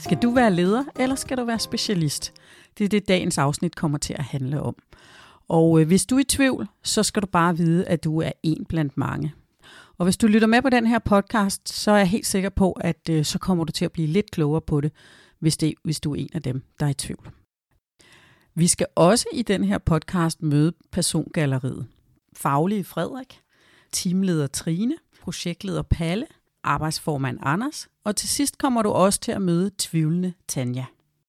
Skal du være leder, eller skal du være specialist? Det er det, dagens afsnit kommer til at handle om. Og hvis du er i tvivl, så skal du bare vide, at du er en blandt mange. Og hvis du lytter med på den her podcast, så er jeg helt sikker på, at så kommer du til at blive lidt klogere på det, hvis du er en af dem, der er i tvivl. Vi skal også i den her podcast møde persongalleriet. Faglige Frederik, teamleder Trine, projektleder Palle, arbejdsformand Anders, og til sidst kommer du også til at møde tvivlende Tanja.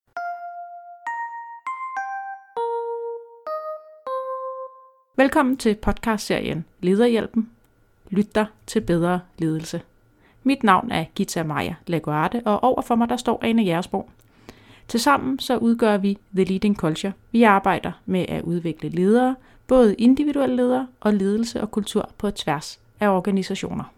Velkommen til podcastserien Lederhjælpen. Lyt dig til bedre ledelse. Mit navn er Gita Maja Laguarte, og overfor mig der står Ane Jægersborg. Tilsammen så udgør vi The Leading Culture. Vi arbejder med at udvikle ledere, både individuelle ledere og ledelse og kultur på tværs af organisationer.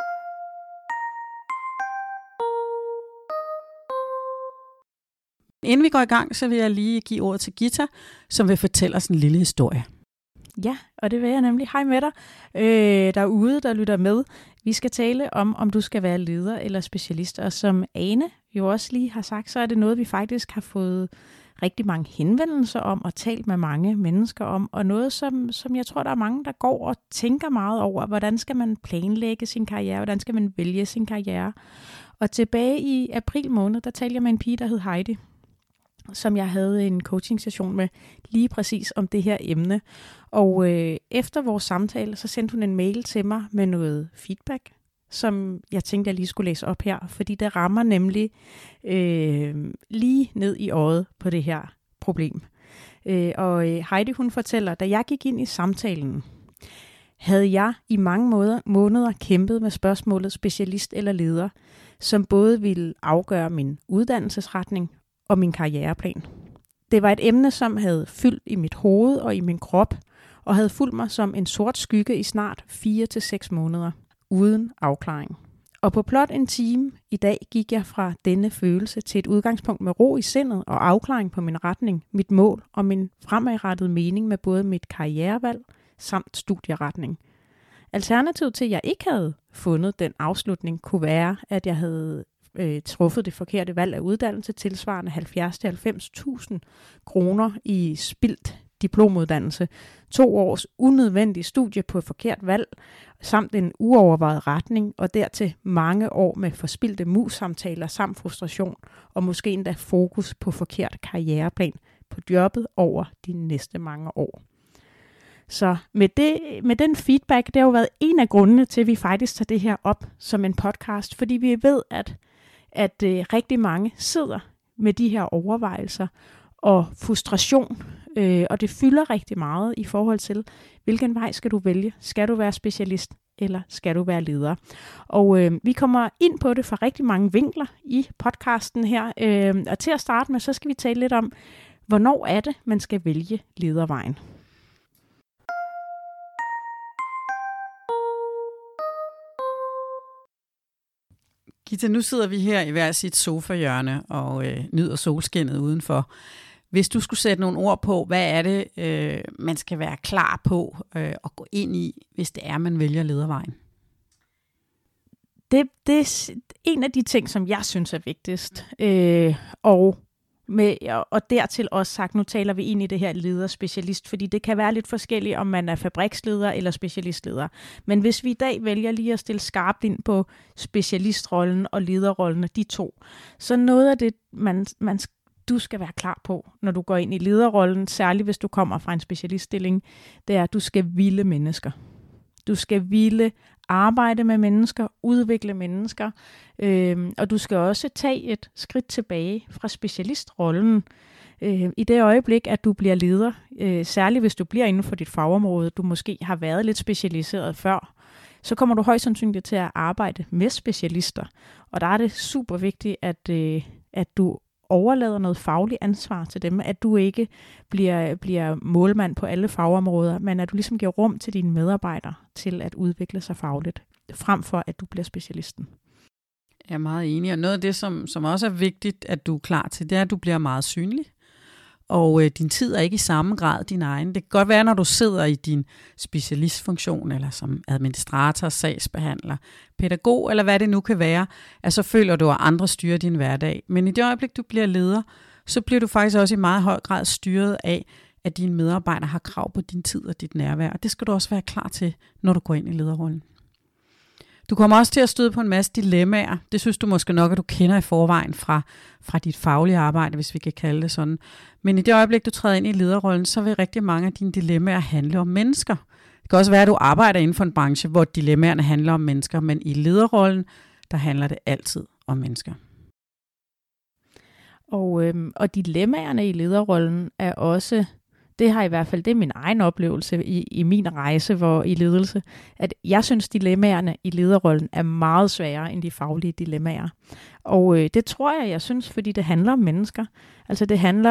Inden vi går i gang, så vil jeg lige give ordet til Gita, som vil fortælle os en lille historie. Ja, og det vil jeg nemlig. Hej med dig derude, der lytter med. Vi skal tale om du skal være leder eller specialist. Og som Ane jo også lige har sagt, så er det noget, vi faktisk har fået rigtig mange henvendelser om og talt med mange mennesker om. Og noget, som jeg tror, der er mange, der går og tænker meget over. Hvordan skal man planlægge sin karriere? Hvordan skal man vælge sin karriere? Og tilbage i april måned, der talte jeg med en pige, der hed Heidi, som jeg havde en coaching-session med lige præcis om det her emne. Og efter vores samtale, så sendte hun en mail til mig med noget feedback, som jeg tænkte, jeg lige skulle læse op her, fordi det rammer nemlig lige ned i øjet på det her problem. Og Heidi, hun fortæller, da jeg gik ind i samtalen, havde jeg i mange måneder kæmpet med spørgsmålet specialist eller leder, som både ville afgøre min uddannelsesretning og min karriereplan. Det var et emne, som havde fyldt i mit hoved og i min krop, og havde fulgt mig som en sort skygge i snart 4-6 måneder, uden afklaring. Og på blot en time i dag gik jeg fra denne følelse til et udgangspunkt med ro i sindet og afklaring på min retning, mit mål og min fremadrettede mening med både mit karrierevalg samt studieretning. Alternativet til, at jeg ikke havde fundet den afslutning, kunne være, at jeg havde truffet det forkerte valg af uddannelse tilsvarende 70-90.000 kroner i spildt diplomuddannelse, 2 års unødvendig studie på et forkert valg, samt en uovervejet retning, og dertil mange år med forspildte mus-samtaler samt frustration, og måske endda fokus på forkert karriereplan på jobbet over de næste mange år. Så med den feedback, det har jo været en af grundene til, at vi faktisk tager det her op som en podcast, fordi vi ved, at rigtig mange sidder med de her overvejelser og frustration, og det fylder rigtig meget i forhold til, hvilken vej skal du vælge? Skal du være specialist, eller skal du være leder? Og vi kommer ind på det fra rigtig mange vinkler i podcasten her, og til at starte med, så skal vi tale lidt om, hvornår er det, man skal vælge ledervejen. Gita, nu sidder vi her i hver sit sofahjørne og nyder solskinnet udenfor. Hvis du skulle sætte nogle ord på, hvad er det, man skal være klar på at gå ind i, hvis det er, man vælger ledervejen? Det er en af de ting, som jeg synes er vigtigst. Og dertil også sagt, nu taler vi ind i det her lederspecialist, fordi det kan være lidt forskelligt, om man er fabriksleder eller specialistleder. Men hvis vi i dag vælger lige at stille skarpt ind på specialistrollen og lederrollen, de to, så noget af det, du skal være klar på, når du går ind i lederrollen, særligt hvis du kommer fra en specialiststilling, det er, at du skal ville mennesker. Du skal ville arbejde med mennesker, udvikle mennesker, og du skal også tage et skridt tilbage fra specialistrollen. I det øjeblik, at du bliver leder, særligt hvis du bliver inden for dit fagområde, du måske har været lidt specialiseret før, så kommer du højst sandsynligt til at arbejde med specialister. Og der er det super vigtigt, at du overlader noget fagligt ansvar til dem, at du ikke bliver målmand på alle fagområder, men at du ligesom giver rum til dine medarbejdere til at udvikle sig fagligt, frem for at du bliver specialisten. Jeg er meget enig, og noget af det, som også er vigtigt, at du er klar til, det er, at du bliver meget synlig. og din tid er ikke i samme grad din egen. Det kan godt være, når du sidder i din specialistfunktion, eller som administrator, sagsbehandler, pædagog, eller hvad det nu kan være, at så føler du, at andre styrer din hverdag. Men i det øjeblik, du bliver leder, så bliver du faktisk også i meget høj grad styret af, at dine medarbejdere har krav på din tid og dit nærvær. Og det skal du også være klar til, når du går ind i lederrollen. Du kommer også til at støde på en masse dilemmaer. Det synes du måske nok, at du kender i forvejen fra dit faglige arbejde, hvis vi kan kalde det sådan. Men i det øjeblik, du træder ind i lederrollen, så vil rigtig mange af dine dilemmaer handle om mennesker. Det kan også være, at du arbejder inden for en branche, hvor dilemmaerne handler om mennesker, men i lederrollen, der handler det altid om mennesker. Og dilemmaerne i lederrollen er også, det er min egen oplevelse i min rejse i ledelse, at jeg synes, dilemmaerne i lederrollen er meget sværere end de faglige dilemmaer. Og det tror jeg synes, fordi det handler om mennesker. Altså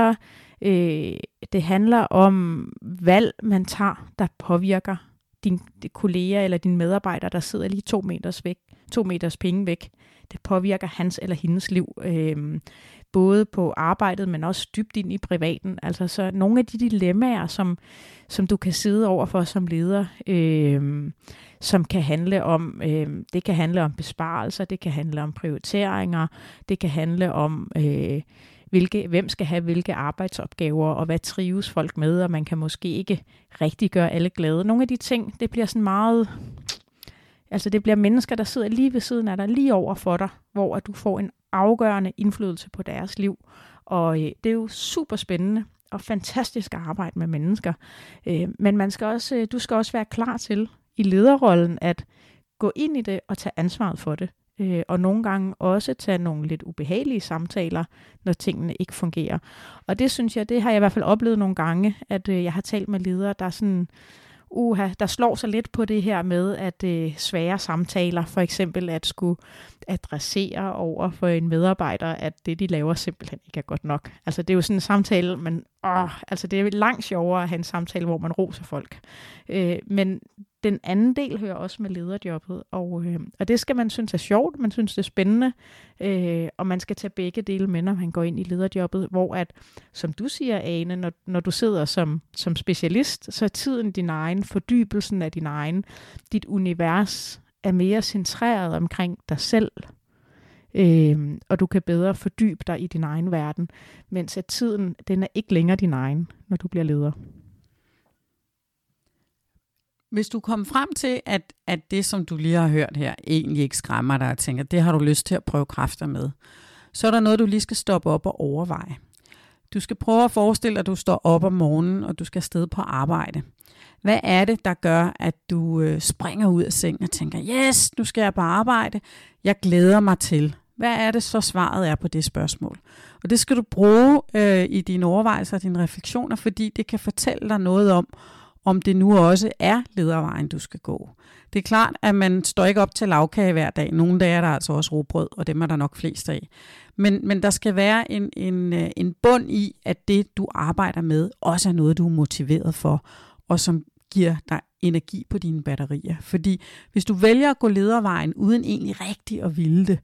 det handler om valg, man tager, der påvirker din kolleger eller dine medarbejdere, der sidder lige 2 meters penge væk. Det påvirker hans eller hendes liv, både på arbejdet, men også dybt ind i privaten. Altså så nogle af de dilemmaer, som du kan sidde overfor som leder, som kan handle om, det kan handle om besparelser, det kan handle om prioriteringer, det kan handle om, hvem skal have hvilke arbejdsopgaver, og hvad trives folk med, og man kan måske ikke rigtig gøre alle glade. Nogle af de ting, det bliver sådan meget... Altså det bliver mennesker, der sidder lige ved siden af dig, lige over for dig, hvor du får en afgørende indflydelse på deres liv. Og det er jo super spændende og fantastisk at arbejde med mennesker. Men du skal også være klar til i lederrollen at gå ind i det og tage ansvaret for det. Og nogle gange også tage nogle lidt ubehagelige samtaler, når tingene ikke fungerer. Og det synes jeg, det har jeg i hvert fald oplevet nogle gange, at jeg har talt med ledere, der er sådan... der slår sig lidt på det her med, at svære samtaler, for eksempel at skulle adressere over for en medarbejder, at det, de laver, simpelthen ikke er godt nok. Altså det er jo sådan en samtale, men det er langt sjovere at have en samtale, hvor man roser folk. Men den anden del hører også med lederjobbet, og det skal man synes er sjovt, man synes det er spændende, og man skal tage begge dele med, når man går ind i lederjobbet, hvor at, som du siger, Ane, når du sidder som specialist, så er tiden din egen, fordybelsen af din egen, dit univers er mere centreret omkring dig selv, og du kan bedre fordybe dig i din egen verden, mens at tiden, den er ikke længere din egen, når du bliver leder. Hvis du kommer frem til, at det, som du lige har hørt her, egentlig ikke skræmmer dig og tænker, det har du lyst til at prøve kræfter med, så er der noget, du lige skal stoppe op og overveje. Du skal prøve at forestille dig, at du står op om morgenen, og du skal afsted på arbejde. Hvad er det, der gør, at du springer ud af sengen og tænker, yes, nu skal jeg på arbejde, jeg glæder mig til. Hvad er det så svaret er på det spørgsmål? Og det skal du bruge i dine overvejelser og dine refleksioner, fordi det kan fortælle dig noget om det nu også er ledervejen, du skal gå. Det er klart, at man står ikke op til lavkage hver dag. Nogle dage er der altså også rugbrød, og dem er der nok flest af. Men der skal være en bund i, at det, du arbejder med, også er noget, du er motiveret for, og som giver dig energi på dine batterier. Fordi hvis du vælger at gå ledervejen uden egentlig rigtig at ville det,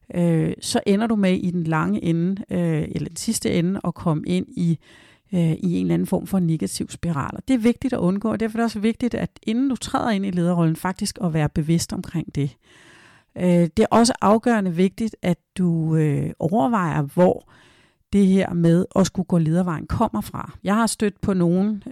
så ender du med i den lange ende, eller den sidste ende, at komme ind i en eller anden form for negativ spiral. Og det er vigtigt at undgå, og derfor er det også vigtigt, at inden du træder ind i lederrollen, faktisk at være bevidst omkring det. Det er også afgørende vigtigt, at du overvejer, hvor det her med at skulle gå ledervejen kommer fra. Jeg har stødt på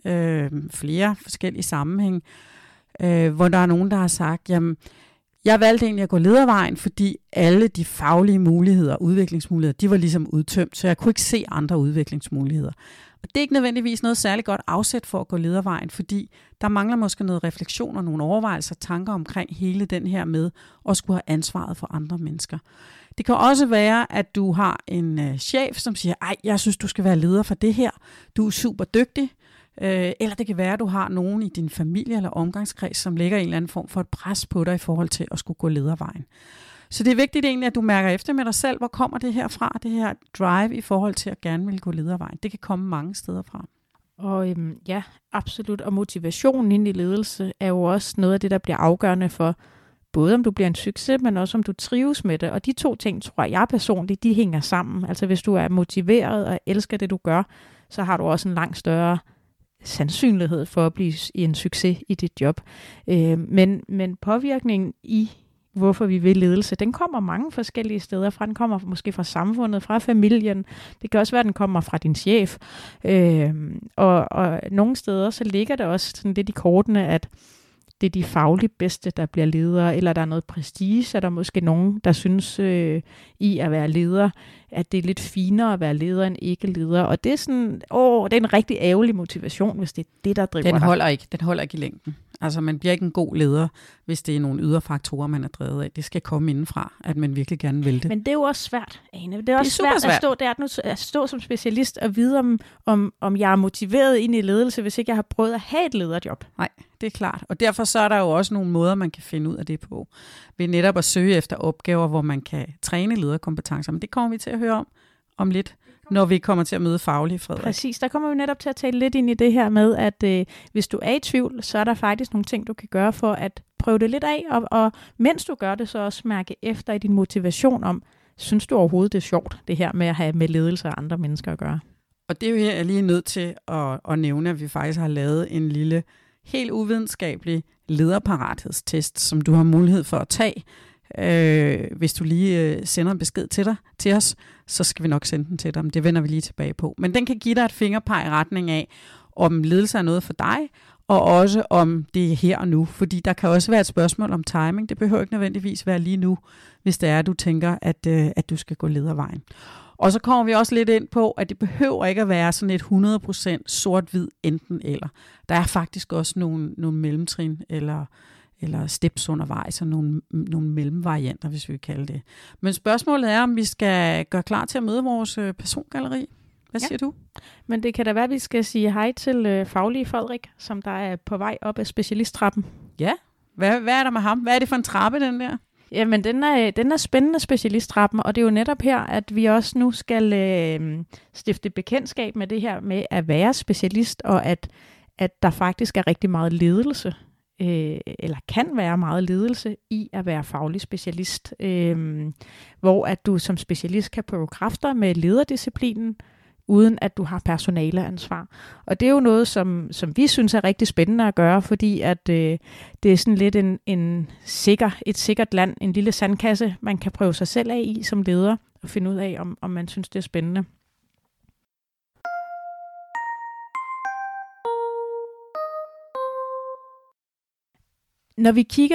flere forskellige sammenhæng, hvor der er nogen, der har sagt, jamen, jeg valgte egentlig at gå ledervejen, fordi alle de faglige muligheder, udviklingsmuligheder, de var ligesom udtømt, så jeg kunne ikke se andre udviklingsmuligheder. Og det er ikke nødvendigvis noget særligt godt afsæt for at gå ledervejen, fordi der mangler måske noget refleksion og nogle overvejelser og tanker omkring hele den her med at skulle have ansvaret for andre mennesker. Det kan også være, at du har en chef, som siger, ej, jeg synes, du skal være leder for det her. Du er super dygtig. Eller det kan være, at du har nogen i din familie eller omgangskreds, som lægger en eller anden form for et pres på dig i forhold til at skulle gå ledervejen. Så det er vigtigt egentlig, at du mærker efter med dig selv, hvor kommer det her fra, det her drive i forhold til at gerne vil gå ledervejen. Det kan komme mange steder fra. Og ja, absolut. Og motivationen ind i ledelse er jo også noget af det, der bliver afgørende for, både om du bliver en succes, men også om du trives med det. Og de to ting, tror jeg personligt, de hænger sammen. Altså hvis du er motiveret og elsker det, du gør, så har du også en langt større sandsynlighed for at blive en succes i dit job. Men påvirkningen i hvorfor vi vil ledelse, den kommer mange forskellige steder fra. Den kommer måske fra samfundet, fra familien. Det kan også være, at den kommer fra din chef. Og nogle steder, så ligger det også sådan lidt i kortene, at det er de fagligt bedste, der bliver ledere, eller der er noget prestige, er der måske nogen, der synes i at være leder, at det er lidt finere at være leder end ikke leder. Og det er sådan, det er en rigtig ærgerlig motivation, hvis det er det, der driver dig. Den holder ikke i længden. Altså man bliver ikke en god leder, hvis det er nogle ydre faktorer, man er drevet af. Det skal komme indenfra, at man virkelig gerne vil det. Men det er jo også svært, Ane. Det er også svært at stå som specialist og vide, om jeg er motiveret ind i ledelse, hvis ikke jeg har prøvet at have et lederjob. Nej, det er klart. Og derfor så er der jo også nogle måder, man kan finde ud af det på. Ved netop at søge efter opgaver, hvor man kan træne lederkompetencer. Men det kommer vi til at høre om lidt, når vi kommer til at møde faglige Frederik. Præcis, der kommer vi netop til at tale lidt ind i det her med, at hvis du er i tvivl, så er der faktisk nogle ting, du kan gøre for at prøve det lidt af, og mens du gør det, så også mærke efter i din motivation om, synes du overhovedet, det er sjovt, det her med at have med ledelse og andre mennesker at gøre. Og det er jo her, jeg lige nødt til at nævne, at vi faktisk har lavet en lille, helt uvidenskabelig lederparathedstest, som du har mulighed for at tage. Hvis du lige sender en besked til os, så skal vi nok sende den til dig. Det vender vi lige tilbage på. Men den kan give dig et fingerpeg i retning af, om ledelse er noget for dig, og også om det er her og nu. Fordi der kan også være et spørgsmål om timing. Det behøver ikke nødvendigvis være lige nu, hvis det er, at du tænker, at du skal gå ledervejen. Og så kommer vi også lidt ind på, at det behøver ikke at være sådan et 100% sort-hvid enten eller. Der er faktisk også nogle mellemtrin eller steps undervejs, og nogle mellemvarianter, hvis vi vil kalde det. Men spørgsmålet er, om vi skal gøre klar til at møde vores persongalleri. Hvad siger du? Men det kan da være, at vi skal sige hej til faglige Frederik, som der er på vej op ad specialisttrappen. Ja, hvad er der med ham? Hvad er det for en trappe, den der? Jamen, den er spændende, specialisttrappen, og det er jo netop her, at vi også nu skal stifte bekendtskab med det her med at være specialist, og at der faktisk er rigtig meget ledelse, eller kan være meget ledelse i at være faglig specialist, hvor at du som specialist kan prøve kræfter med lederdisciplinen, uden at du har personaleansvar. Og det er jo noget, som vi synes er rigtig spændende at gøre, fordi at det er sådan lidt et sikkert land, en lille sandkasse, man kan prøve sig selv af i som leder, og finde ud af, om man synes, det er spændende. Når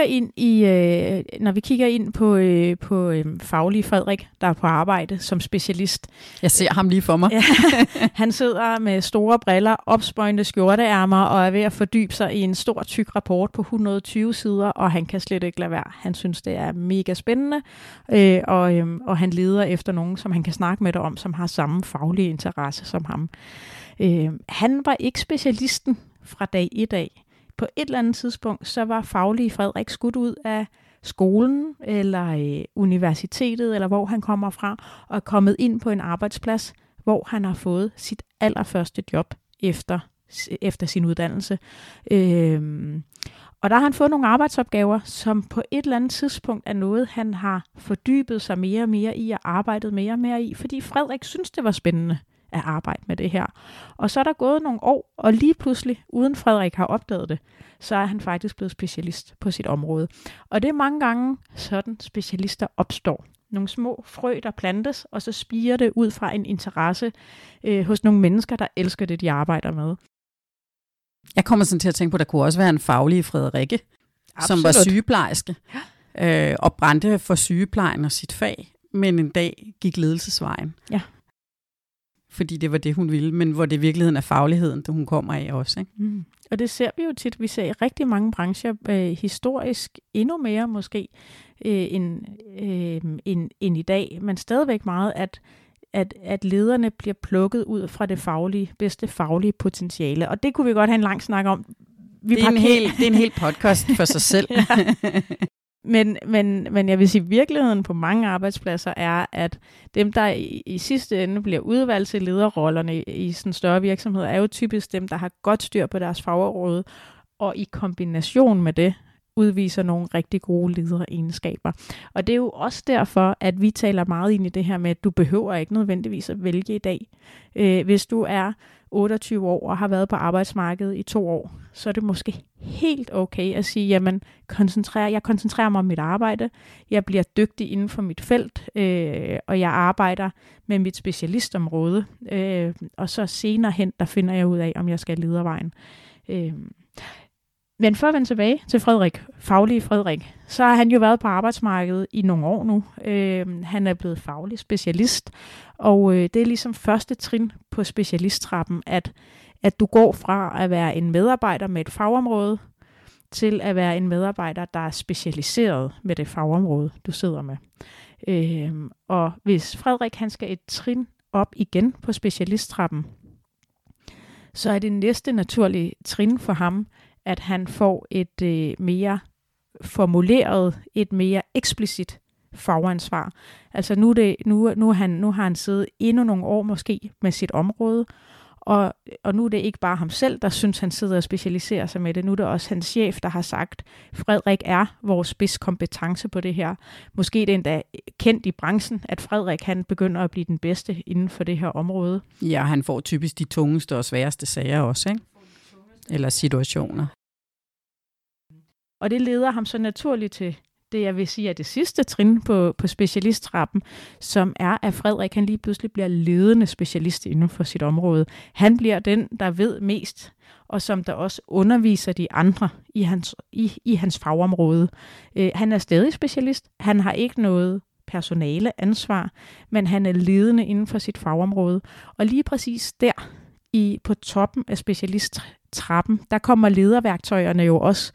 vi kigger ind på faglige Frederik, der er på arbejde som specialist. Jeg ser ham lige for mig. Ja, han sidder med store briller, opspøjende skjorteærmer og er ved at fordybe sig i en stor, tyk rapport på 120 sider, og han kan slet ikke lade være. Han synes, det er mega spændende, og han leder efter nogen, som han kan snakke med dig om, som har samme faglige interesse som ham. Han var ikke specialisten fra dag 1 af. På et eller andet tidspunkt, så var faglige Frederik skudt ud af skolen eller universitetet, eller hvor han kommer fra, og er kommet ind på en arbejdsplads, hvor han har fået sit allerførste job efter sin uddannelse. Og der har han fået nogle arbejdsopgaver, som på et eller andet tidspunkt er noget, han har fordybet sig mere og mere i og arbejdet mere og mere i, fordi Frederik synes, det var spændende at arbejde med det her. Og så er der gået nogle år, og lige pludselig, uden Frederik har opdaget det, så er han faktisk blevet specialist på sit område. Og det er mange gange sådan, specialister opstår. Nogle små frø, der plantes, og så spirer det ud fra en interesse hos nogle mennesker, der elsker det, de arbejder med. Jeg kommer sådan til at tænke på, at der kunne også være en faglig Frederikke, som var sygeplejerske, og brændte for sygeplejen og sit fag, men en dag gik ledelsesvejen. Ja. Fordi det var det, hun ville, men hvor det i virkeligheden er fagligheden, det hun kommer af også. Ikke? Mm. Og det ser vi jo tit. Vi ser i rigtig mange brancher historisk endnu mere måske end i dag, men stadigvæk meget, at lederne bliver plukket ud fra det bedste faglige potentiale. Og det kunne vi godt have en lang snak om. Det er en hel podcast for sig selv. Men jeg vil sige, at virkeligheden på mange arbejdspladser er, at dem, der i sidste ende bliver udvalgt til lederrollerne i sådan større virksomheder, er jo typisk dem, der har godt styr på deres fagområde, og i kombination med det udviser nogle rigtig gode lederegenskaber. Og det er jo også derfor, at vi taler meget ind i det her med, at du behøver ikke nødvendigvis at vælge i dag. Hvis du er 28 år og har været på arbejdsmarkedet i 2 år, så er det måske helt okay at sige, jamen, jeg koncentrerer mig om mit arbejde, jeg bliver dygtig inden for mit felt, og jeg arbejder med mit specialistområde, og så senere hen, der finder jeg ud af, om jeg skal ledervejen. Men for at vende tilbage til Frederik, faglige Frederik, så har han jo været på arbejdsmarkedet i nogle år nu. Han er blevet faglig specialist, og det er ligesom første trin på specialisttrappen, at du går fra at være en medarbejder med et fagområde, til at være en medarbejder, der er specialiseret med det fagområde, du sidder med. Og hvis Frederik han skal et trin op igen på specialisttrappen, så er det næste naturlige trin for ham, at han får et mere formuleret, et mere eksplicit fagansvar. Altså nu har han siddet endnu nogle år måske med sit område, og nu er det ikke bare ham selv, der synes, han sidder og specialiserer sig med det. Nu er det også hans chef, der har sagt, Frederik er vores spidskompetence på det her. Måske er det endda kendt i branchen, at Frederik han begynder at blive den bedste inden for det her område. Ja, han får typisk de tungeste og sværeste sager også, ikke? Eller situationer. Og det leder ham så naturligt til det, jeg vil sige er det sidste trin på specialisttrappen, som er, at Frederik han lige pludselig bliver ledende specialist inden for sit område. Han bliver den, der ved mest, og som der også underviser de andre i hans fagområde. Han er stadig specialist. Han har ikke noget personale ansvar, men han er ledende inden for sit fagområde. Og lige præcis der, på toppen af specialisttrappen, der kommer lederværktøjerne jo også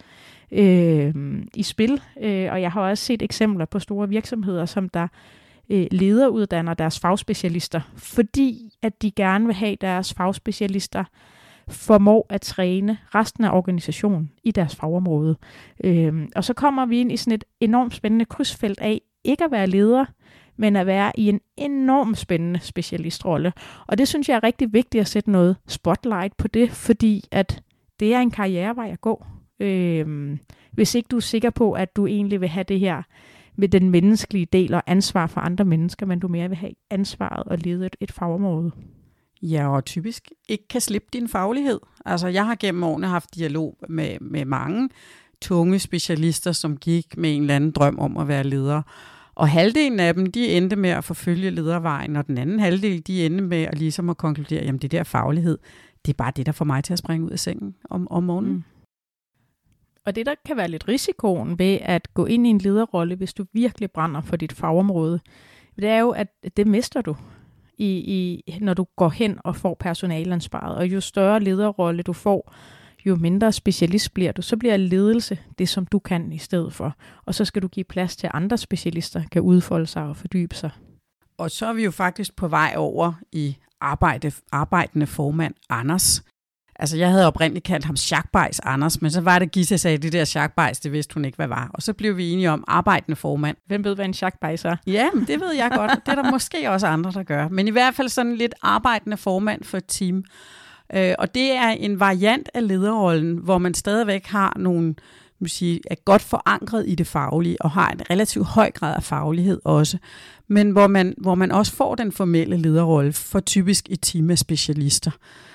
i spil, og jeg har også set eksempler på store virksomheder, som der lederuddanner deres fagspecialister, fordi at de gerne vil have deres fagspecialister formår at træne resten af organisationen i deres fagområde. Og så kommer vi ind i sådan et enormt spændende krydsfelt af ikke at være leder, men at være i en enormt spændende specialistrolle. Og det synes jeg er rigtig vigtigt at sætte noget spotlight på det, fordi at det er en karrierevej at gå. Hvis ikke du er sikker på, at du egentlig vil have det her med den menneskelige del og ansvar for andre mennesker, men du mere vil have ansvaret og lede et fagområde. Ja, og typisk ikke kan slippe din faglighed. Altså, jeg har gennem årene haft dialog med mange tunge specialister, som gik med en eller anden drøm om at være ledere. Og halvdelen af dem, de endte med at forfølge ledervejen, og den anden halvdel, de endte med at ligesom at konkludere, jamen det der faglighed, det er bare det, der får mig til at springe ud af sengen om morgenen. Mm. Og det, der kan være lidt risikoen ved at gå ind i en lederrolle, hvis du virkelig brænder for dit fagområde, det er jo, at det mister du, når du går hen og får personaleansvaret. Og jo større lederrolle du får, jo mindre specialist bliver du. Så bliver ledelse det, som du kan i stedet for. Og så skal du give plads til, at andre specialister kan udfolde sig og fordybe sig. Og så er vi jo faktisk på vej over i arbejdende formand Anders. Altså, jeg havde oprindeligt kaldt ham Schackbejs Anders, men så var det Gita sagde, det der Schackbejs, det vidste hun ikke, hvad var. Og så blev vi enige om arbejdende formand. Hvem ved, hvad en Schackbejs er? Ja, det ved jeg godt. Det er der måske også andre, der gør. Men i hvert fald sådan lidt arbejdende formand for et team. Og det er en variant af lederrollen, hvor man stadigvæk har nogle, er godt forankret i det faglige, og har en relativt høj grad af faglighed også. Men hvor man også får den formelle lederrolle for typisk et team af specialister.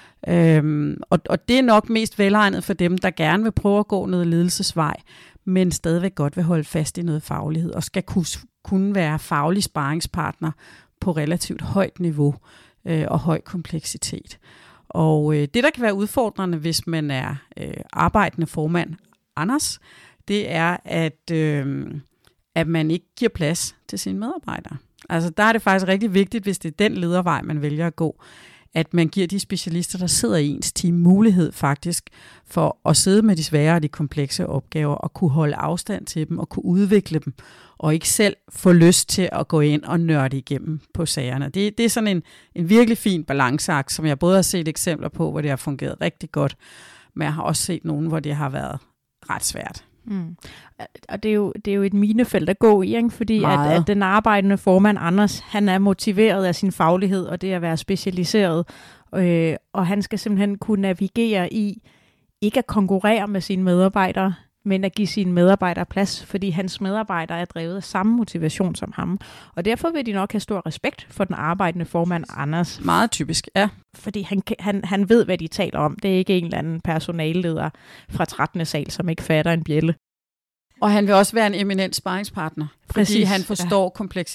Og det er nok mest velegnet for dem, der gerne vil prøve at gå noget ledelsesvej, men stadigvæk godt vil holde fast i noget faglighed, og skal kunne være faglig sparringspartner på relativt højt niveau og høj kompleksitet. Og det, der kan være udfordrende, hvis man er arbejdende formand Anders, det er, at man ikke giver plads til sine medarbejdere. Altså der er det faktisk rigtig vigtigt, hvis det er den ledervej, man vælger at gå, at man giver de specialister, der sidder i ens team, mulighed faktisk for at sidde med de svære og de komplekse opgaver, og kunne holde afstand til dem, og kunne udvikle dem, og ikke selv få lyst til at gå ind og nørde igennem på sagerne. Det er sådan en virkelig fin balanceakt, som jeg både har set eksempler på, hvor det har fungeret rigtig godt, men jeg har også set nogle, hvor det har været ret svært. Mm. Og det er jo et minefelt at gå i, ikke? Fordi at den arbejdende formand Anders, han er motiveret af sin faglighed og det at være specialiseret, og han skal simpelthen kunne navigere i ikke at konkurrere med sine medarbejdere, men at give sine medarbejdere plads, fordi hans medarbejdere er drevet af samme motivation som ham. Og derfor vil de nok have stor respekt for den arbejdende formand Anders. Meget typisk, ja. Fordi han ved, hvad de taler om. Det er ikke en eller anden personalleder fra 13. sal, som ikke fatter en bjælle. Og han vil også være en eminent sparringspartner, fordi han forstår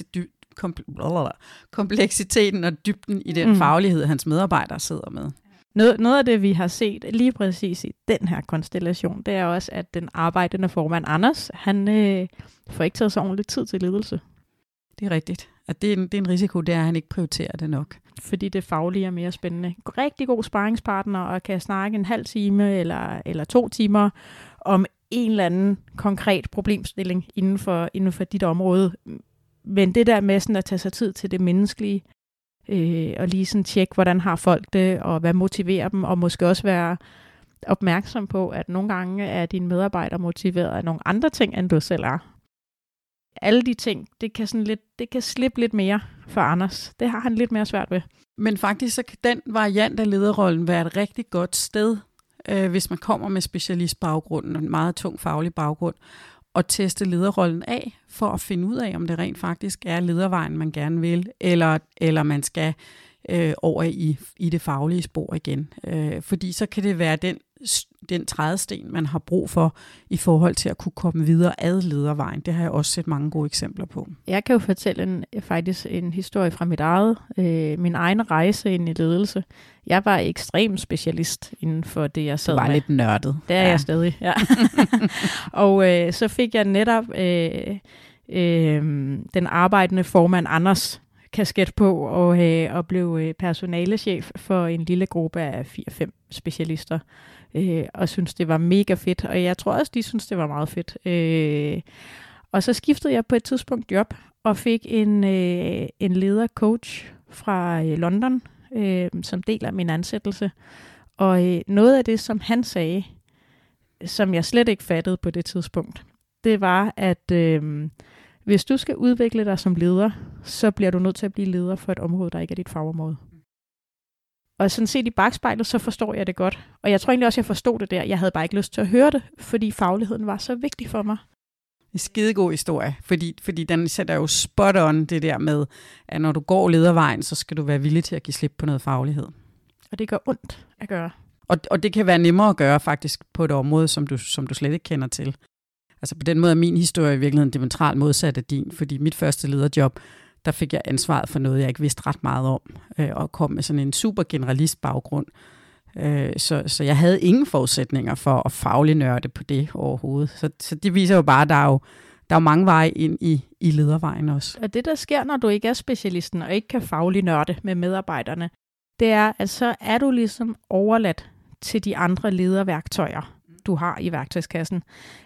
kompleksiteten og dybden i den faglighed, hans medarbejdere sidder med. Noget af det, vi har set lige præcis i den her konstellation, det er også, at den arbejdende formand Anders, han får ikke taget så ordentligt tid til ledelse. Det er rigtigt. At det er en risiko, det er, at han ikke prioriterer det nok. Fordi det faglige er mere spændende. Rigtig god sparringspartner og kan snakke en halv time eller 2 timer om en eller anden konkret problemstilling inden for dit område. Men det der med sådan at tage sig tid til det menneskelige, og lige sådan tjekke, hvordan har folk det, og hvad motiverer dem, og måske også være opmærksom på, at nogle gange er dine medarbejdere motiveret af nogle andre ting, end du selv er. Alle de ting, det kan slippe lidt mere for Anders. Det har han lidt mere svært ved. Men faktisk så kan den variant af lederrollen være et rigtig godt sted, hvis man kommer med specialistbaggrunden og en meget tung faglig baggrund, og teste lederrollen af, for at finde ud af, om det rent faktisk er ledervejen, man gerne vil, eller man skal over i det faglige spor igen. Fordi så kan det være den trædesten, man har brug for, i forhold til at kunne komme videre ad ledervejen. Det har jeg også set mange gode eksempler på. Jeg kan jo fortælle faktisk en historie fra min egen rejse ind i ledelse. Jeg var ekstrem specialist inden for det, jeg sad med. Du var lidt nørdet. Det er jeg stadig, ja. Og så fik jeg netop den arbejdende formand Anders kasket på, og blev personalechef for en lille gruppe af 4-5 specialister. Og synes det var mega fedt, og jeg tror også, de synes det var meget fedt. Og så skiftede jeg på et tidspunkt job, og fik en ledercoach fra London, som del af min ansættelse. Og noget af det, som han sagde, som jeg slet ikke fattede på det tidspunkt, det var, at hvis du skal udvikle dig som leder, så bliver du nødt til at blive leder for et område, der ikke er dit fagområde. Og sådan set i bagspejlet, så forstår jeg det godt. Og jeg tror egentlig også, jeg forstod det der. Jeg havde bare ikke lyst til at høre det, fordi fagligheden var så vigtig for mig. En skidegod historie, fordi den sætter jo spot on det der med, at når du går ledervejen, så skal du være villig til at give slip på noget faglighed. Og det gør ondt at gøre. Og det kan være nemmere at gøre faktisk på et område, som du slet ikke kender til. Altså på den måde er min historie i virkeligheden diametralt modsat af din, fordi mit første lederjob, der fik jeg ansvaret for noget, jeg ikke vidste ret meget om, og kom med sådan en super generalist baggrund. Så jeg havde ingen forudsætninger for at faglig nørde på det overhovedet. Så det viser jo bare, at der er jo mange veje ind i ledervejen også. Og det, der sker, når du ikke er specialisten og ikke kan faglig nørde med medarbejderne, det er, at så er du ligesom overladt til de andre lederværktøjer, du har i værktøjskassen.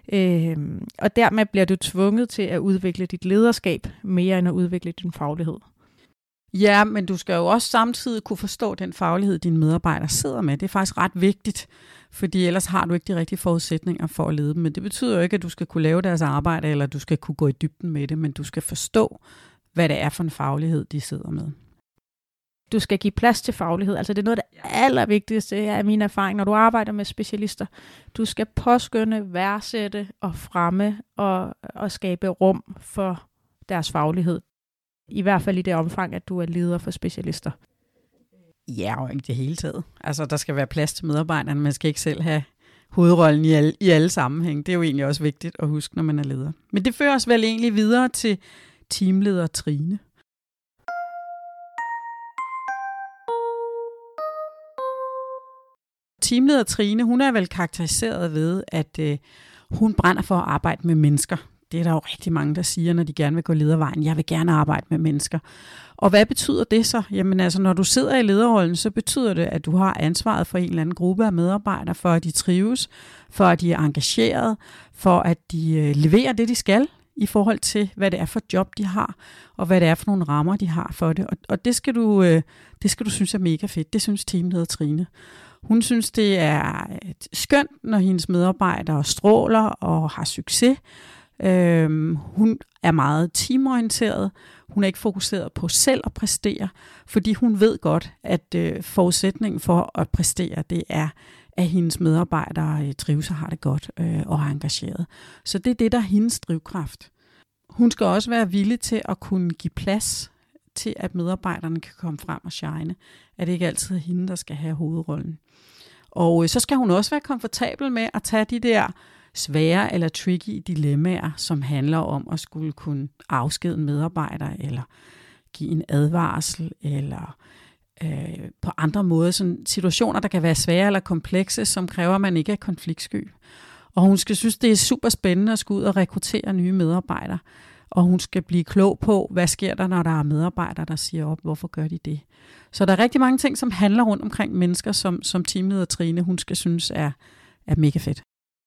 Og dermed bliver du tvunget til at udvikle dit lederskab mere end at udvikle din faglighed. Ja, men du skal jo også samtidig kunne forstå den faglighed, dine medarbejdere sidder med. Det er faktisk ret vigtigt, fordi ellers har du ikke de rigtige forudsætninger for at lede dem. Men det betyder jo ikke, at du skal kunne lave deres arbejde, eller du skal kunne gå i dybden med det, men du skal forstå, hvad det er for en faglighed, de sidder med. Du skal give plads til faglighed. Altså det er noget af det allervigtigste af min erfaring, når du arbejder med specialister. Du skal påskynde, værdsætte og fremme og skabe rum for deres faglighed. I hvert fald i det omfang, at du er leder for specialister. Ja, og ikke det hele taget. Altså der skal være plads til medarbejderne. Man skal ikke selv have hovedrollen i alle sammenhæng. Det er jo egentlig også vigtigt at huske, når man er leder. Men det fører os vel egentlig videre til teamleder Trine. Teamleder Trine, hun er vel karakteriseret ved, at hun brænder for at arbejde med mennesker. Det er der jo rigtig mange, der siger, når de gerne vil gå ledervejen. Jeg vil gerne arbejde med mennesker. Og hvad betyder det så? Jamen altså, når du sidder i lederrollen, så betyder det, at du har ansvaret for en eller anden gruppe af medarbejdere, for at de trives, for at de er engageret, for at de leverer det, de skal, i forhold til, hvad det er for et job, de har, og hvad det er for nogle rammer, de har for det. Og det skal du synes er mega fedt. Det synes teamleder Trine. Hun synes, det er skønt, når hendes medarbejdere stråler og har succes. Hun er meget teamorienteret. Hun er ikke fokuseret på selv at præstere, fordi hun ved godt, at forudsætningen for at præstere, det er, at hendes medarbejdere trives og har det godt og er engageret. Så det er det, der er hendes drivkraft. Hun skal også være villig til at kunne give plads til, at medarbejderne kan komme frem og shine. At det ikke altid er hende, der skal have hovedrollen. Og så skal hun også være komfortabel med at tage de der svære eller tricky dilemmaer, som handler om at skulle kunne afskede en medarbejder, eller give en advarsel, eller på andre måder. Sådan situationer, der kan være svære eller komplekse, som kræver, at man ikke er konfliktsky. Og hun skal synes, det er super spændende at skulle ud og rekruttere nye medarbejdere. Og hun skal blive klog på, hvad sker der, når der er medarbejdere, der siger op, hvorfor gør de det. Så der er rigtig mange ting, som handler rundt omkring mennesker, som teamleder Trine, hun skal synes er mega fedt.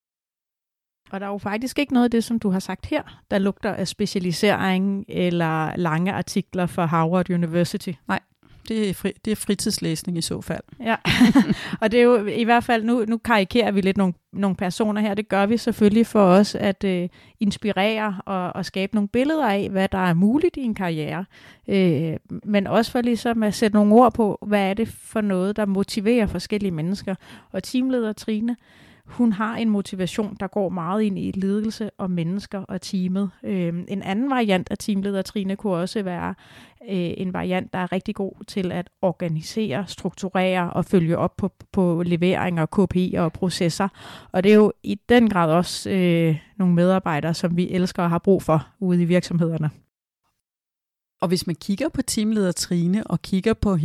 Og der er jo faktisk ikke noget af det, som du har sagt her, der lugter af specialisering eller lange artikler fra Harvard University. Nej, det er fritidslæsning i så fald. Ja, og det er jo i hvert fald, nu karikerer vi lidt nogle personer her. Det gør vi selvfølgelig for os at inspirere og skabe nogle billeder af, hvad der er muligt i en karriere. Men også for ligesom at sætte nogle ord på, hvad er det for noget, der motiverer forskellige mennesker. Og teamleder Trine, hun har en motivation, der går meget ind i ledelse og mennesker og teamet. En anden variant af teamleder Trine kunne også være en variant, der er rigtig god til at organisere, strukturere og følge op på leveringer, KPI'er og processer. Og det er jo i den grad også nogle medarbejdere, som vi elsker og har brug for ude i virksomhederne. Og hvis man kigger på teamleder Trine og kigger på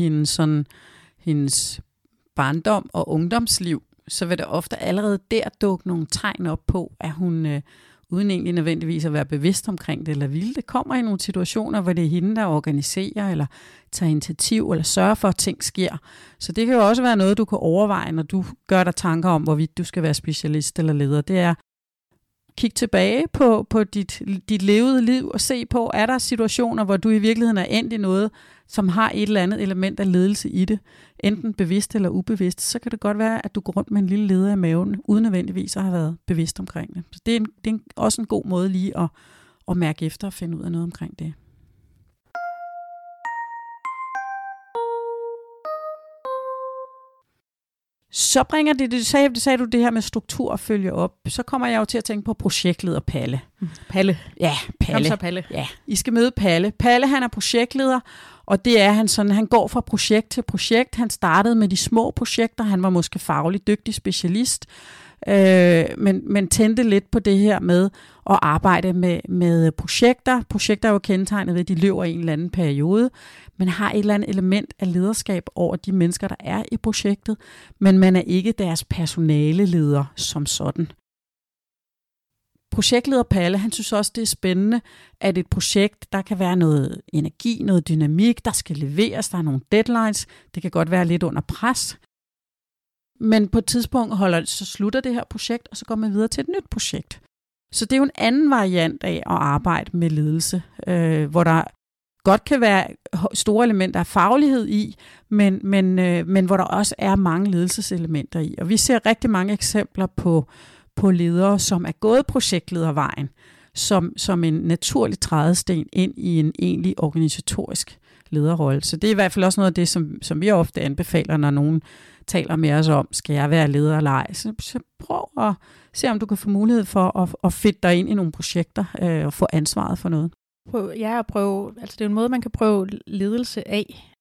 hendes barndom og ungdomsliv, så vil der ofte allerede der dukke nogle tegn op på, at hun uden egentlig nødvendigvis at være bevidst omkring det, eller vil det kommer i nogle situationer, hvor det er hende, der organiserer, eller tager initiativ, eller sørger for, at ting sker. Så det kan jo også være noget, du kan overveje, når du gør dig tanker om, hvorvidt du skal være specialist eller leder. Det er kig tilbage på dit levede liv og se på, er der situationer, hvor du i virkeligheden er endt i noget, som har et eller andet element af ledelse i det, enten bevidst eller ubevidst, så kan det godt være, at du går rundt med en lille leder i maven, uden nødvendigvis at have været bevidst omkring det. Så det er også en god måde lige at mærke efter og finde ud af noget omkring det. Så bringer det sagde du det her med struktur og følge op. Så kommer jeg jo til at tænke på projektleder Palle. Palle. Ja, Palle. Kom så, Palle. Ja, I skal møde Palle. Palle, han er projektleder, og det er han sådan, han går fra projekt til projekt. Han startede med de små projekter. Han var måske fagligt dygtig specialist, men tændte lidt på det her med at arbejde med projekter. Projekter er jo kendetegnet ved, at de løber i en eller anden periode, men har et eller andet element af lederskab over de mennesker, der er i projektet, men man er ikke deres personaleleder som sådan. Projektleder Palle, han synes også, det er spændende, at et projekt, der kan være noget energi, noget dynamik, der skal leveres, der er nogle deadlines, det kan godt være lidt under pres, men på et tidspunkt så slutter det her projekt, og så går man videre til et nyt projekt. Så det er jo en anden variant af at arbejde med ledelse, hvor der godt kan være store elementer af faglighed i, men hvor der også er mange ledelseselementer i. Og vi ser rigtig mange eksempler på ledere, som er gået projektledervejen, som en naturlig trædesten ind i en egentlig organisatorisk lederrolle. Så det er i hvert fald også noget af det, som vi ofte anbefaler, når nogen taler med os om, skal jeg være leder eller ej. Så prøv at se, om du kan få mulighed for at fedte dig ind i nogle projekter og få ansvaret for noget. Altså det er en måde, man kan prøve ledelse af.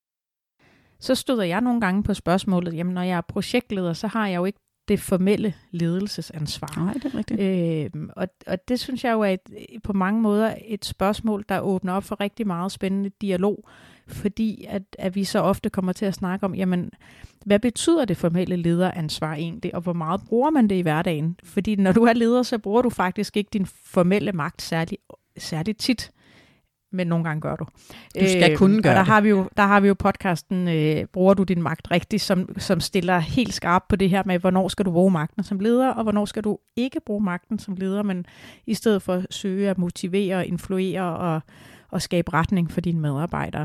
Så støder jeg nogle gange på spørgsmålet, jamen når jeg er projektleder, så har jeg jo ikke det formelle ledelsesansvar. Nej, det er rigtigt. Og det synes jeg jo er på mange måder et spørgsmål, der åbner op for rigtig meget spændende dialog, fordi at vi så ofte kommer til at snakke om, jamen, hvad betyder det formelle lederansvar egentlig, og hvor meget bruger man det i hverdagen? Fordi når du er leder, så bruger du faktisk ikke din formelle magt særligt tit, men nogle gange gør du. Du skal kunne gøre det. Der har vi jo podcasten, bruger du din magt rigtigt, som stiller helt skarpt på det her med, hvornår skal du bruge magten som leder, og hvornår skal du ikke bruge magten som leder, men i stedet for søge at motivere, influere og skabe retning for dine medarbejdere.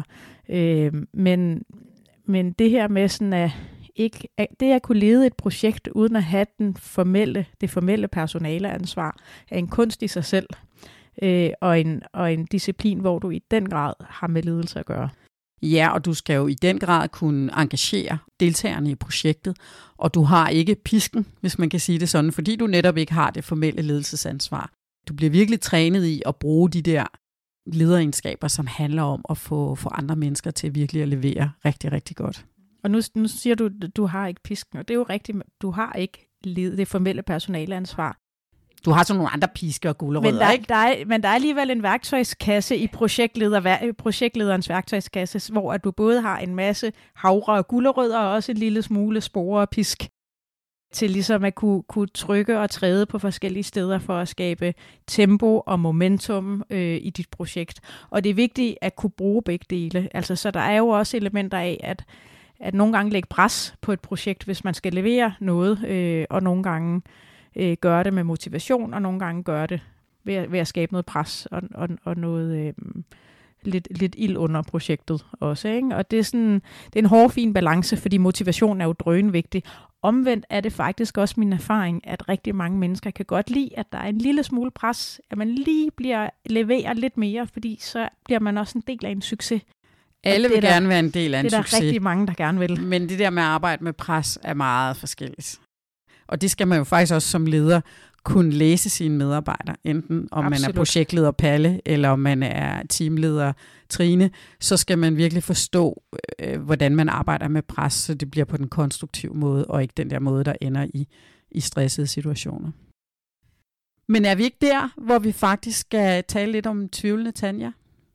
Men det her med sådan det at kunne lede et projekt uden at have det formelle personaleansvar, er en kunst i sig selv. Og en disciplin, hvor du i den grad har med ledelse at gøre. Ja, og du skal jo i den grad kunne engagere deltagerne i projektet, og du har ikke pisken, hvis man kan sige det sådan, fordi du netop ikke har det formelle ledelsesansvar. Du bliver virkelig trænet i at bruge de der lederegenskaber, som handler om at få andre mennesker til virkelig at levere rigtig, rigtig godt. Og nu siger du, at du har ikke pisken, og det er jo rigtigt, du har ikke det formelle personaleansvar. Du har sådan nogle andre pisker og gulerødder, ikke? Men der er alligevel en værktøjskasse i projektlederens værktøjskasse, hvor at du både har en masse havre og gulerødder, og også en lille smule spore og pisk, til ligesom at kunne trykke og træde på forskellige steder for at skabe tempo og momentum i dit projekt. Og det er vigtigt at kunne bruge begge dele. Altså, så der er jo også elementer af, at nogle gange lægge pres på et projekt, hvis man skal levere noget, og nogle gange gøre det med motivation, og nogle gange gøre det ved at skabe noget pres og noget lidt ild under projektet også, ikke? Og det er en hårfin balance, fordi motivation er jo drønvigtig. Omvendt er det faktisk også min erfaring, at rigtig mange mennesker kan godt lide, at der er en lille smule pres, at man lige leverer lidt mere, fordi så bliver man også en del af en succes. Alle vil gerne være en del af en succes. Det er der rigtig mange, der gerne vil. Men det der med at arbejde med pres er meget forskelligt. Og det skal man jo faktisk også som leder kunne læse sine medarbejdere, enten om man er projektleder Palle, eller om man er teamleder Trine, så skal man virkelig forstå, hvordan man arbejder med pres, så det bliver på den konstruktive måde, og ikke den der måde, der ender i stressede situationer. Men er vi ikke der, hvor vi faktisk skal tale lidt om tvivlende Tanja?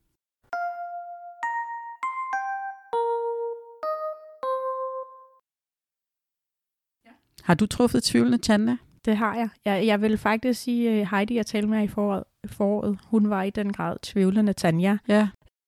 Har du truffet tvivlende Tanja? Det har jeg. Jeg vil faktisk sige, Heidi, jeg talte med i foråret, hun var i den grad tvivlende Tanja. Ja.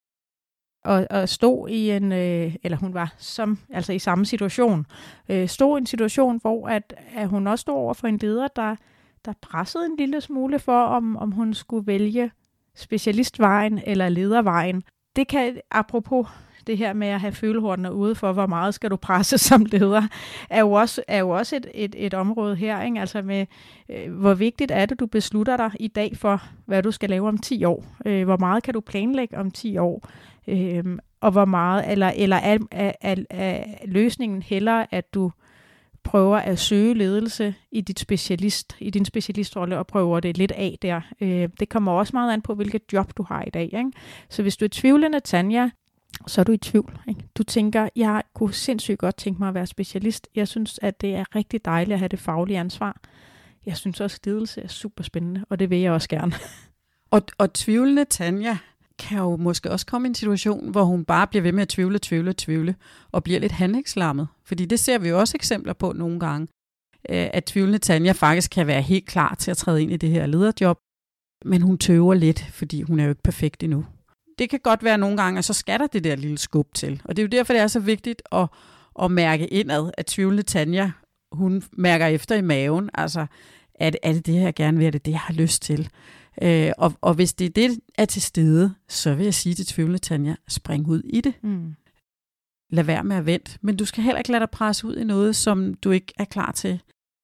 Og stod i eller hun var i samme situation. Stod i en situation, hvor at hun også stod over for en leder, der pressede en lille smule for, om hun skulle vælge specialistvejen eller ledervejen. Det kan, apropos det her med at have følehornene ude for, hvor meget skal du presse som leder, er jo også et område her, ikke? Altså med, hvor vigtigt er det, du beslutter dig i dag for, hvad du skal lave om 10 år. Hvor meget kan du planlægge om 10 år? Og hvor meget, eller er løsningen hellere, at du prøver at søge ledelse i din specialistrolle, og prøver det lidt af der. Det kommer også meget an på, hvilket job du har i dag, ikke? Så hvis du er tvivlende Tanja, så er du i tvivl, ikke? Du tænker, jeg kunne sindssygt godt tænke mig at være specialist. Jeg synes, at det er rigtig dejligt at have det faglige ansvar. Jeg synes også, at ledelse er super spændende, og det vil jeg også gerne. Og tvivlende Tanja kan jo måske også komme i en situation, hvor hun bare bliver ved med at tvivle, og bliver lidt handlingslammet. Fordi det ser vi jo også eksempler på nogle gange, at tvivlende Tanja faktisk kan være helt klar til at træde ind i det her lederjob, men hun tøver lidt, fordi hun er jo ikke perfekt endnu. Det kan godt være nogle gange, og så skal der det der lille skub til. Og det er jo derfor, det er så vigtigt at mærke indad, at tvivlende Tanja, hun mærker efter i maven, altså, er det det, jeg gerne vil, er det det, jeg har lyst til? Og hvis det er til stede, så vil jeg sige til tvivlende Tanja, spring ud i det. Lad være med at vente, men du skal heller ikke lade dig presse ud i noget, som du ikke er klar til.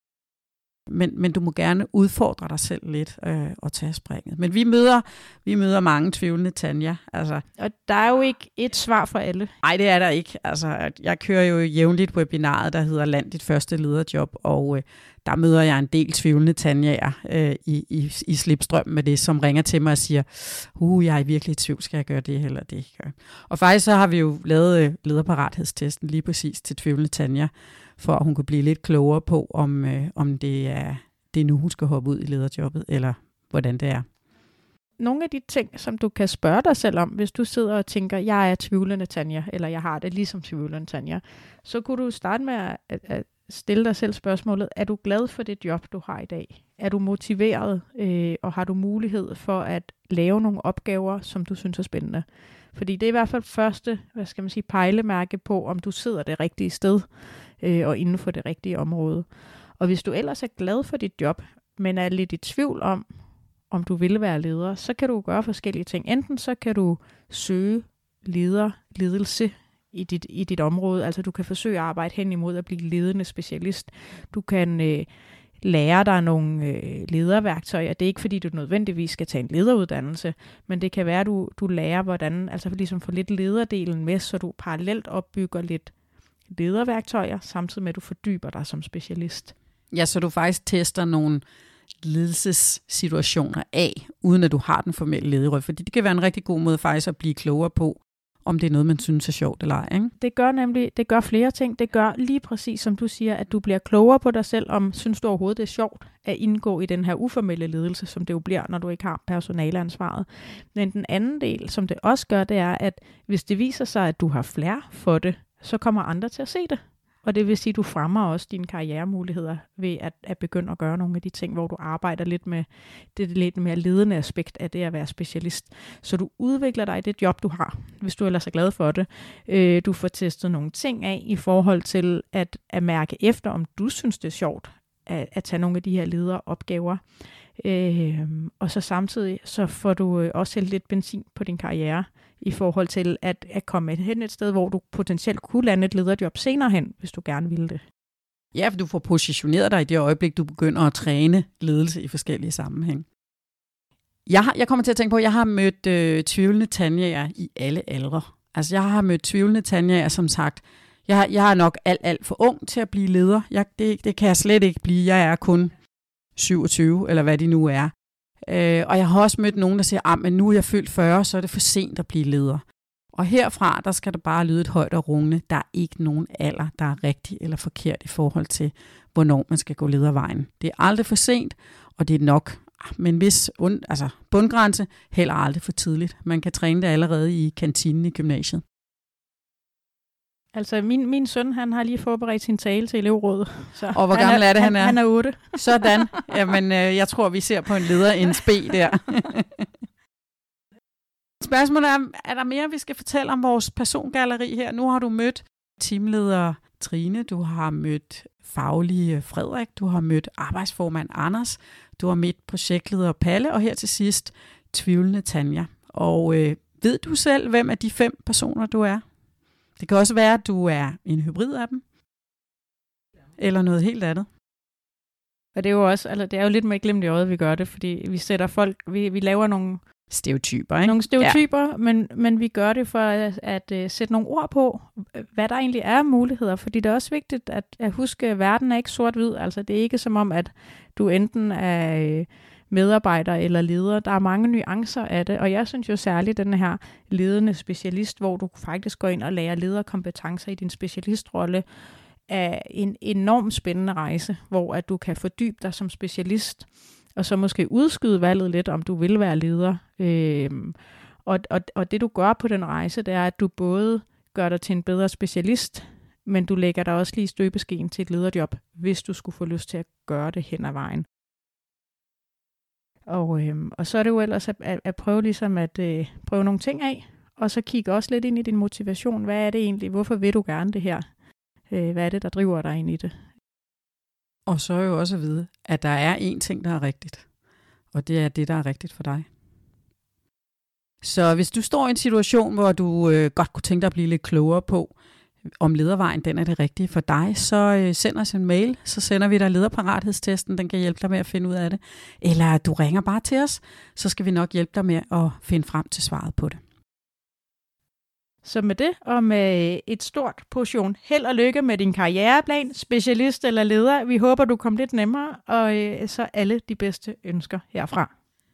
Men du må gerne udfordre dig selv lidt og tage springet. Men vi møder mange tvivlende Tanja. Altså. Og der er jo ikke et svar for alle. Nej, det er der ikke. Altså, jeg kører jo jævnligt webinaret, der hedder Land dit første lederjob, og der møder jeg en del tvivlende Tanjaer i slipstrøm med det, som ringer til mig og siger, jeg er virkelig i tvivl, skal jeg gøre det eller det? Og faktisk så har vi jo lavet lederparathedstesten lige præcis til tvivlende Tanja, for at hun kunne blive lidt klogere på, om det er nu, hun skal hoppe ud i lederjobbet, eller hvordan det er. Nogle af de ting, som du kan spørge dig selv om, hvis du sidder og tænker, jeg er tvivlende Tanja, eller jeg har det ligesom tvivlende Tanja, så kunne du starte med at stille dig selv spørgsmålet, er du glad for det job, du har i dag? Er du motiveret, og har du mulighed for at lave nogle opgaver, som du synes er spændende? Fordi det er i hvert fald første, pejlemærke på, om du sidder det rigtige sted, og inden for det rigtige område. Og hvis du ellers er glad for dit job, men er lidt i tvivl om du vil være leder, så kan du gøre forskellige ting. Enten så kan du søge ledelse i dit område, altså du kan forsøge at arbejde hen imod at blive ledende specialist. Du kan lære dig nogle lederværktøjer. Det er ikke, fordi du nødvendigvis skal tage en lederuddannelse, men det kan være, at du lærer, hvordan, altså ligesom få lidt lederdelen med, så du parallelt opbygger lidt lederværktøjer, samtidig med, at du fordyber dig som specialist. Ja, så du faktisk tester nogle ledelsessituationer af, uden at du har den formelle lederrolle, fordi det kan være en rigtig god måde faktisk at blive klogere på, om det er noget, man synes er sjovt eller ej, ikke? Det gør flere ting. Det gør lige præcis, som du siger, at du bliver klogere på dig selv, om synes du overhovedet, det er sjovt at indgå i den her uformelle ledelse, som det jo bliver, når du ikke har personaleansvaret. Men den anden del, som det også gør, det er, at hvis det viser sig, at du har flere for det, så kommer andre til at se det. Og det vil sige, at du fremmer også dine karrieremuligheder ved at begynde at gøre nogle af de ting, hvor du arbejder lidt med det lidt mere ledende aspekt af det at være specialist. Så du udvikler dig i det job, du har, hvis du ellers er glad for det. Du får testet nogle ting af i forhold til at mærke efter, om du synes, det er sjovt at tage nogle af de her lederopgaver. Og så samtidig så får du også hældt lidt benzin på din karriere i forhold til at komme hen et sted, hvor du potentielt kunne lande et lederjob senere hen, hvis du gerne ville det. Ja, for du får positioneret dig i det øjeblik, du begynder at træne ledelse i forskellige sammenhæng. Jeg kommer til at tænke på, at jeg har mødt tvivlende Tanjaer i alle aldre. Altså jeg har mødt tvivlende Tanjaer, som sagt, jeg er nok alt for ung til at blive leder. Det kan jeg slet ikke blive. Jeg er kun 27, eller hvad de nu er. Og jeg har også mødt nogen, der siger, men nu er jeg fyldt 40, så er det for sent at blive leder. Og herfra, der skal der bare lyde et højt og rungende. Der er ikke nogen alder, der er rigtig eller forkert i forhold til, hvornår man skal gå ledervejen. Det er aldrig for sent, og det er nok. Men hvis bundgrænse, heller aldrig for tidligt. Man kan træne det allerede i kantinen i gymnasiet. Altså, min søn, han har lige forberedt sin tale til elevrådet. Så og hvor gammel er det, han er? Han er 8. Sådan. Jamen, jeg tror, vi ser på en leder i en spe der. Spørgsmålet er der mere, vi skal fortælle om vores persongalleri her? Nu har du mødt teamleder Trine, du har mødt faglige Frederik, du har mødt arbejdsformand Anders, du har mødt projektleder Palle, og her til sidst tvivlende Tanja. Og ved du selv, hvem af de 5 personer du er? Det kan også være, at du er en hybrid af dem, eller noget helt andet. Og det er jo også, det er jo lidt med glimt i øjet, vi gør det, fordi vi sætter folk, vi laver nogle stereotyper, ikke? Nogle stereotyper, ja. men vi gør det for at sætte nogle ord på, hvad der egentlig er muligheder, fordi det er også vigtigt at huske, at verden er ikke sort-hvid. Altså det er ikke som om, at du enten er medarbejder eller leder. Der er mange nuancer af det, og jeg synes jo særligt den her ledende specialist, hvor du faktisk går ind og lærer lederkompetencer i din specialistrolle, er en enormt spændende rejse, hvor at du kan fordybe dig som specialist, og så måske udskyde valget lidt, om du vil være leder. Og det du gør på den rejse, det er, at du både gør dig til en bedre specialist, men du lægger dig også lige støbeskeen til et lederjob, hvis du skulle få lyst til at gøre det hen ad vejen. Og så er det jo ellers at prøve ligesom at prøve nogle ting af, og så kigge også lidt ind i din motivation. Hvad er det egentlig? Hvorfor vil du gerne det her? Hvad er det, der driver dig ind i det? Og så er jo også at vide, at der er én ting, der er rigtigt. Og det er det, der er rigtigt for dig. Så hvis du står i en situation, hvor du godt kunne tænke dig at blive lidt klogere på, om ledervejen den er det rigtige for dig, så send os en mail, så sender vi dig lederparathedstesten, den kan hjælpe dig med at finde ud af det. Eller du ringer bare til os, så skal vi nok hjælpe dig med at finde frem til svaret på det. Så med det, og med et stort portion held og lykke med din karriereplan, specialist eller leder, vi håber, du kommer lidt nemmere, og så alle de bedste ønsker herfra.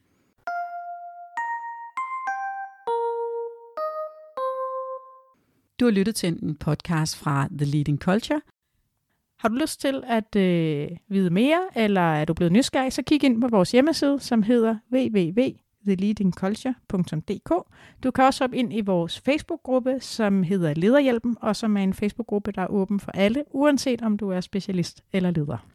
Du har lyttet til en podcast fra The Leading Culture. Har du lyst til at vide mere, eller er du blevet nysgerrig, så kig ind på vores hjemmeside, som hedder www.theleadingculture.dk. Du kan også hoppe ind i vores Facebook-gruppe, som hedder Lederhjælpen, og som er en Facebook-gruppe, der er åben for alle, uanset om du er specialist eller leder.